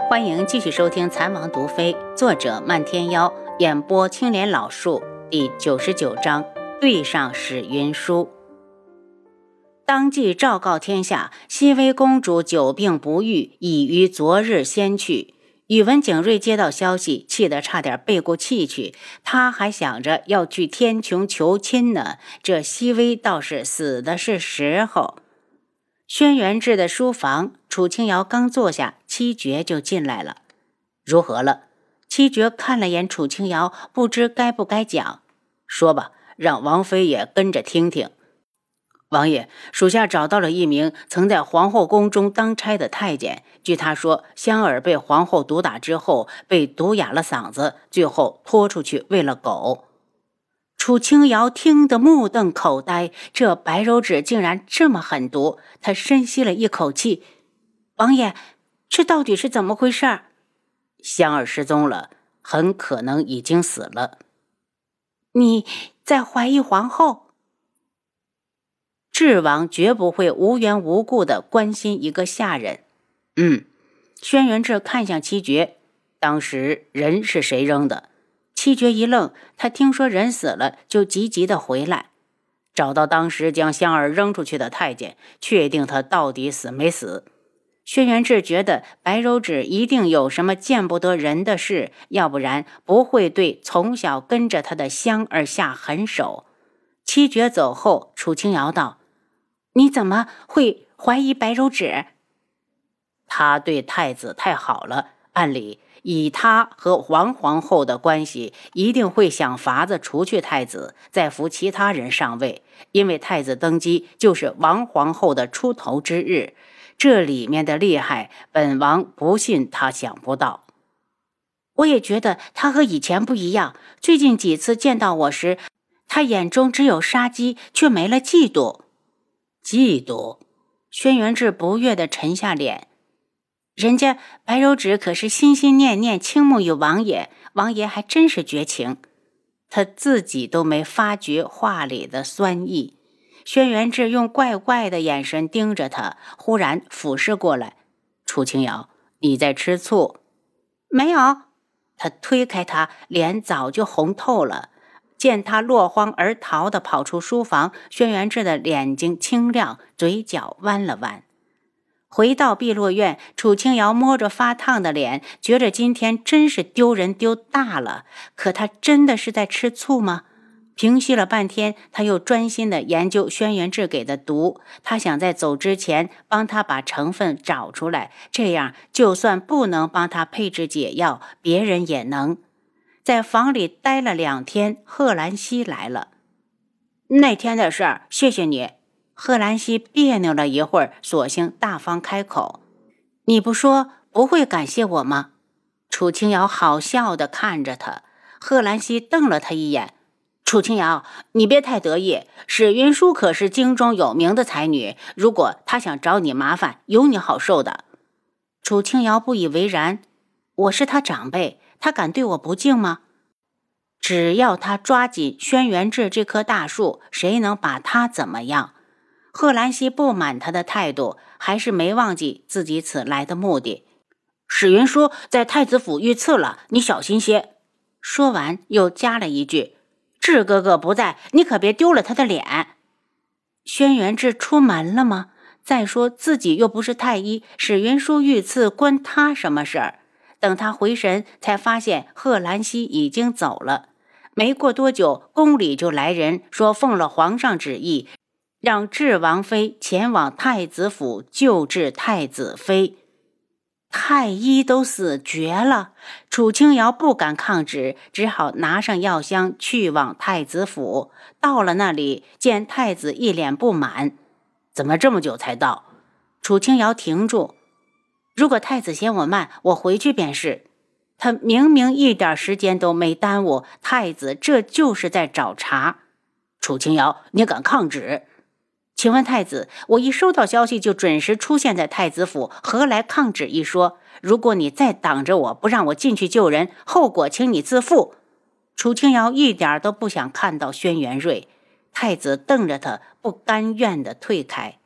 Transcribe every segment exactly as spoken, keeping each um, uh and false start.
欢迎继续收听《残王毒妃》，作者漫天妖，演播青莲老树，第九十九章对上史云书。当即昭告天下，熹微公主久病不愈，已于昨日先去。宇文景睿接到消息，气得差点背过气去。他还想着要去天穹求亲呢，这熹微倒是死的是时候。轩辕志的书房，楚清瑶刚坐下，七绝就进来了。如何了？七绝看了眼楚清瑶，不知该不该讲。说吧，让王妃也跟着听听。王爷，属下找到了一名曾在皇后宫中当差的太监，据他说，香儿被皇后毒打之后，被毒哑了嗓子，最后拖出去喂了狗。楚清瑶听得目瞪口呆，这白柔指竟然这么狠毒。他深吸了一口气，王爷，这到底是怎么回事？香儿失踪了，很可能已经死了。你在怀疑皇后？智王绝不会无缘无故地关心一个下人。嗯，轩辕志看向七绝，当时人是谁扔的？七绝一愣，他听说人死了，就急急地回来，找到当时将香儿扔出去的太监，确定他到底死没死。轩辕志觉得白柔指一定有什么见不得人的事，要不然不会对从小跟着他的香儿下狠手。七绝走后，楚清瑶道：你怎么会怀疑白柔指？他对太子太好了，按理以他和王皇后的关系，一定会想法子除去太子，再扶其他人上位，因为太子登基就是王皇后的出头之日。这里面的厉害，本王不信他想不到。我也觉得他和以前不一样，最近几次见到我时，他眼中只有杀机，却没了嫉妒。嫉妒？轩辕志不悦地沉下脸。人家白柔指可是心心念念倾慕于王爷，王爷还真是绝情。他自己都没发觉话里的酸意。轩辕志用怪怪的眼神盯着他，忽然俯视过来。楚清瑶，你在吃醋？没有。他推开他，脸早就红透了。见他落荒而逃地跑出书房，轩辕志的眼睛清亮，嘴角弯了弯。回到碧落院，楚清瑶摸着发烫的脸，觉着今天真是丢人丢大了。可他真的是在吃醋吗？平息了半天，他又专心地研究轩辕志给的毒。他想在走之前帮他把成分找出来，这样就算不能帮他配制解药，别人也能。在房里待了两天，贺兰溪来了。那天的事儿，谢谢你。贺兰溪别扭了一会儿，索性大方开口：你不说不会感谢我吗？楚清瑶好笑地看着他。贺兰溪瞪了他一眼：楚清瑶，你别太得意，史云舒可是京中有名的才女，如果她想找你麻烦，有你好受的。楚清瑶不以为然：我是她长辈，她敢对我不敬吗？只要她抓紧轩辕志这棵大树，谁能把她怎么样？贺兰溪不满他的态度，还是没忘记自己此来的目的。史云舒在太子府遇刺了，你小心些。说完又加了一句：志哥哥不在，你可别丢了他的脸。轩辕志出门了吗？再说自己又不是太医，史云舒遇刺关他什么事儿？等他回神，才发现贺兰溪已经走了。没过多久，宫里就来人说奉了皇上旨意，让智王妃前往太子府救治太子妃。太医都死绝了，楚清瑶不敢抗旨，只好拿上药箱去往太子府。到了那里，见太子一脸不满：怎么这么久才到？楚清瑶停住：如果太子嫌我慢，我回去便是。他明明一点时间都没耽误，太子这就是在找茬。楚清瑶，你敢抗旨？请问太子，我一收到消息就准时出现在太子府，何来抗旨一说？如果你再挡着我，不让我进去救人，后果请你自负。楚清瑶一点都不想看到轩辕睿。太子瞪着他，不甘愿地退开。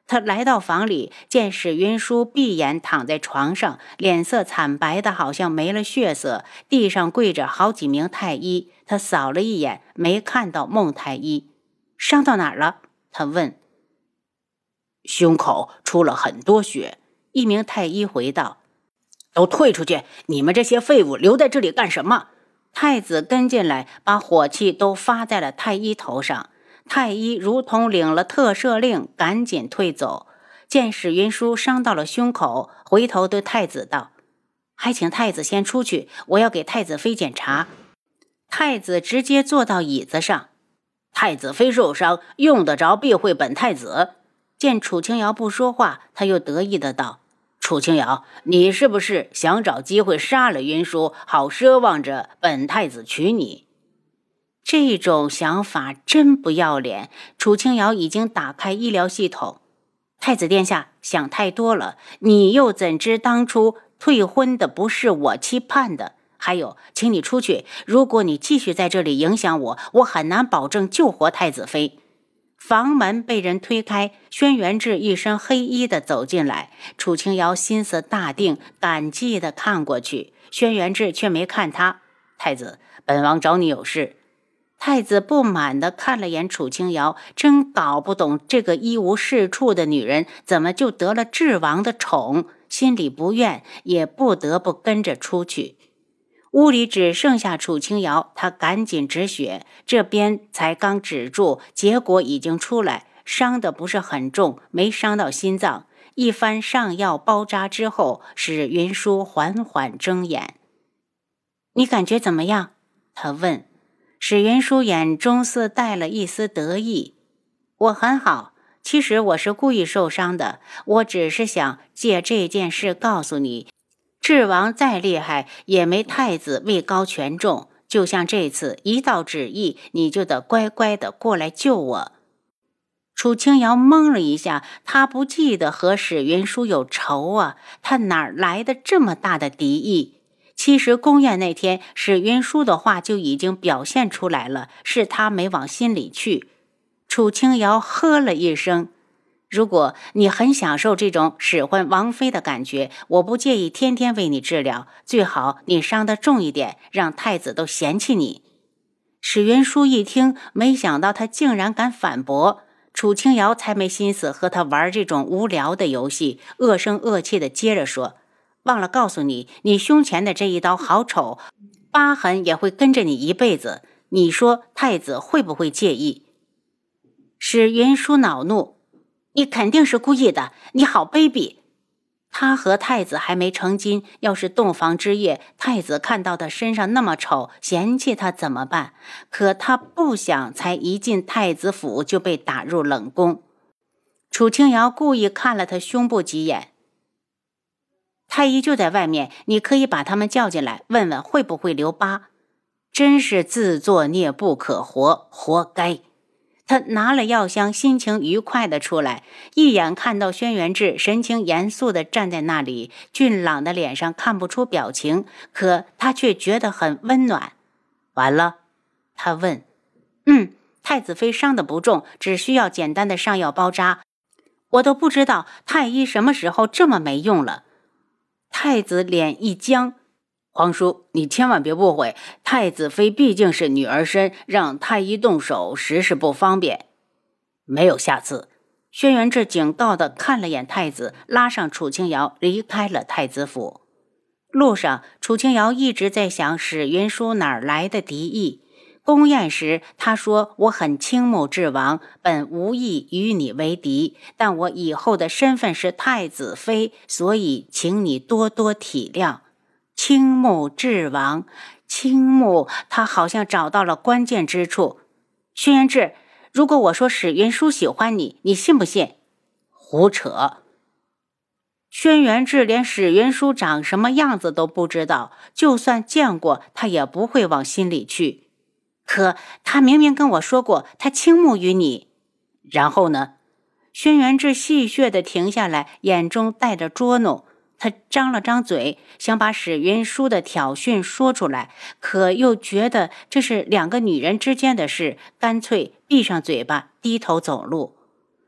他来到房里，见史云舒闭眼躺在床上，脸色惨白的好像没了血色，地上跪着好几名太医。他扫了一眼，没看到孟太医。伤到哪儿了？他问。 胸口出了很多血。 一名太医回道。 都退出去！你们这些废物留在这里干什么？ 太子跟进来，把火气都发在了太医头上。太医如同领了特赦令，赶紧退走。见史云舒伤到了胸口，回头对太子道：还请太子先出去，我要给太子妃检查。太子直接坐到椅子上。 太子妃受伤，用得着避讳本太子？ 见楚清瑶不说话，他又得意的道： 楚清瑶，你是不是想找机会杀了云舒，好奢望着本太子娶你？ 这种想法真不要脸。楚清瑶已经打开医疗系统。太子殿下想太多了，你又怎知当初退婚的不是我期盼的？还有，请你出去，如果你继续在这里影响我，我很难保证救活太子妃。房门被人推开，轩辕志一身黑衣的走进来。楚清瑶心思大定，感激的看过去，轩辕志却没看他。 太子，本王找你有事。 太子不满地看了眼楚清瑶，真搞不懂这个一无是处的女人怎么就得了智王的宠，心里不愿，也不得不跟着出去。屋里只剩下楚清瑶，他赶紧止血，这边才刚止住，结果已经出来，伤的不是很重，没伤到心脏。一番上药包扎之后，史云舒缓缓睁眼。你感觉怎么样？他问。史云舒眼中似带了一丝得意。我很好，其实我是故意受伤的，我只是想借这件事告诉你，智王再厉害也没太子位高权重，就像这次一道旨意，你就得乖乖的过来救我。楚清瑶懵了一下，他不记得和史云舒有仇啊，他哪来的这么大的敌意？其实宫宴那天，史云舒的话就已经表现出来了，是他没往心里去。楚清瑶呵了一声，如果你很享受这种使唤王妃的感觉，我不介意天天为你治疗，最好你伤得重一点，让太子都嫌弃你。史云舒一听，没想到他竟然敢反驳，楚清瑶才没心思和他玩这种无聊的游戏，恶声恶气地接着说，忘了告诉你，你胸前的这一刀好丑，疤痕也会跟着你一辈子，你说太子会不会介意？史云舒恼怒，你肯定是故意的，你好卑鄙！他和太子还没成亲，要是洞房之夜，太子看到他身上那么丑，嫌弃他怎么办？可他不想才一进太子府就被打入冷宫。楚清瑶故意看了他胸部几眼，太医就在外面，你可以把他们叫进来，问问会不会留疤。真是自作孽不可活，活该。他拿了药箱，心情愉快地出来，一眼看到轩辕志神情严肃地站在那里，俊朗的脸上看不出表情，可他却觉得很温暖。 完了？ 他问。嗯，太子妃伤得不重，只需要简单的上药包扎。我都不知道太医什么时候这么没用了。太子脸一僵， 皇叔，你千万别误会，太子妃毕竟是女儿身，让太医动手实是不方便。没有下次。 轩辕志警告地看了眼太子，拉上楚清瑶离开了太子府。路上，楚清瑶一直在想史云舒哪来的敌意。宫宴时，他说我很倾慕智王，本无意与你为敌，但我以后的身份是太子妃，所以请你多多体谅。倾慕智王，倾慕，他好像找到了关键之处。轩辕志，如果我说史云舒喜欢你，你信不信？ 胡扯。 轩辕志连史云舒长什么样子都不知道，就算见过，他也不会往心里去。可他明明跟我说过，他倾慕于你。 然后呢？ 轩辕志戏谑地停下来，眼中带着捉弄。他张了张嘴，想把史云舒的挑衅说出来，可又觉得这是两个女人之间的事，干脆闭上嘴巴，低头走路。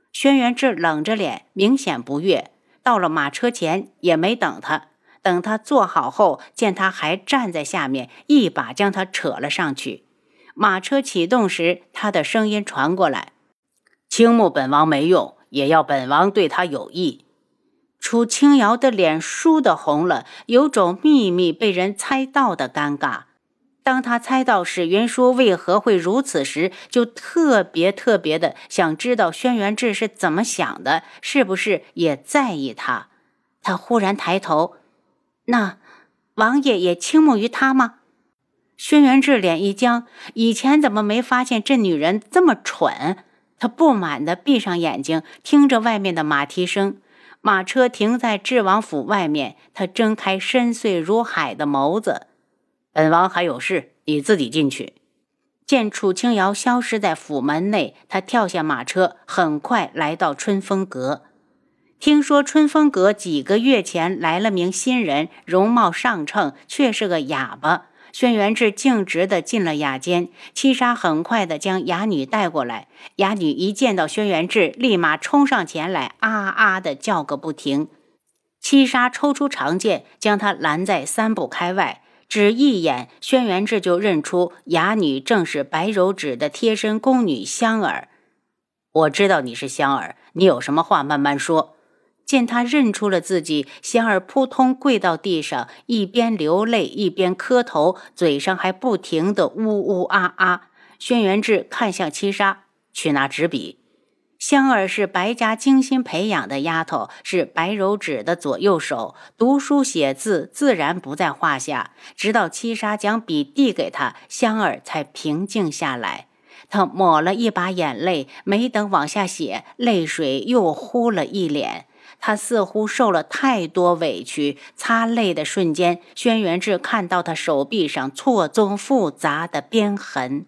轩辕志冷着脸，明显不悦。到了马车前，也没等他，等他坐好后，见他还站在下面，一把将他扯了上去。马车启动时，他的声音传过来：倾慕本王没用，也要本王对他有意。楚清瑶的脸倏地红了，有种秘密被人猜到的尴尬。当他猜到史云舒为何会如此时，就特别特别的想知道轩辕志是怎么想的，是不是也在意他。他忽然抬头：那王爷也倾慕于他吗？轩辕志脸一僵，以前怎么没发现这女人这么蠢？他不满地闭上眼睛，听着外面的马蹄声。马车停在智王府外面，他睁开深邃如海的眸子：本王还有事，你自己进去。见楚清瑶消失在府门内，他跳下马车，很快来到春风阁。听说春风阁几个月前来了名新人，容貌上乘，却是个哑巴。轩辕志径直地进了雅间，七杀很快地将哑女带过来。哑女一见到轩辕志，立马冲上前来，啊啊地叫个不停。七杀抽出长剑，将他拦在三步开外。只一眼，轩辕志就认出哑女正是白柔指的贴身宫女香儿。我知道你是香儿，你有什么话慢慢说。见他认出了自己，香儿扑通跪到地上，一边流泪一边磕头，嘴上还不停地呜呜啊啊。轩辕志看向七杀，去拿纸笔。香儿是白家精心培养的丫头，是白柔指的左右手，读书写字自然不在话下。直到七杀将笔递给她，香儿才平静下来。她抹了一把眼泪，没等往下写，泪水又呼了一脸。她似乎受了太多委屈，擦泪的瞬间，轩辕志看到她手臂上错综复杂的鞭痕。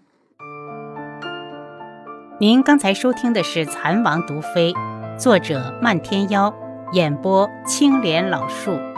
您刚才收听的是《蚕王毒妃》，作者漫天妖，演播青莲老树。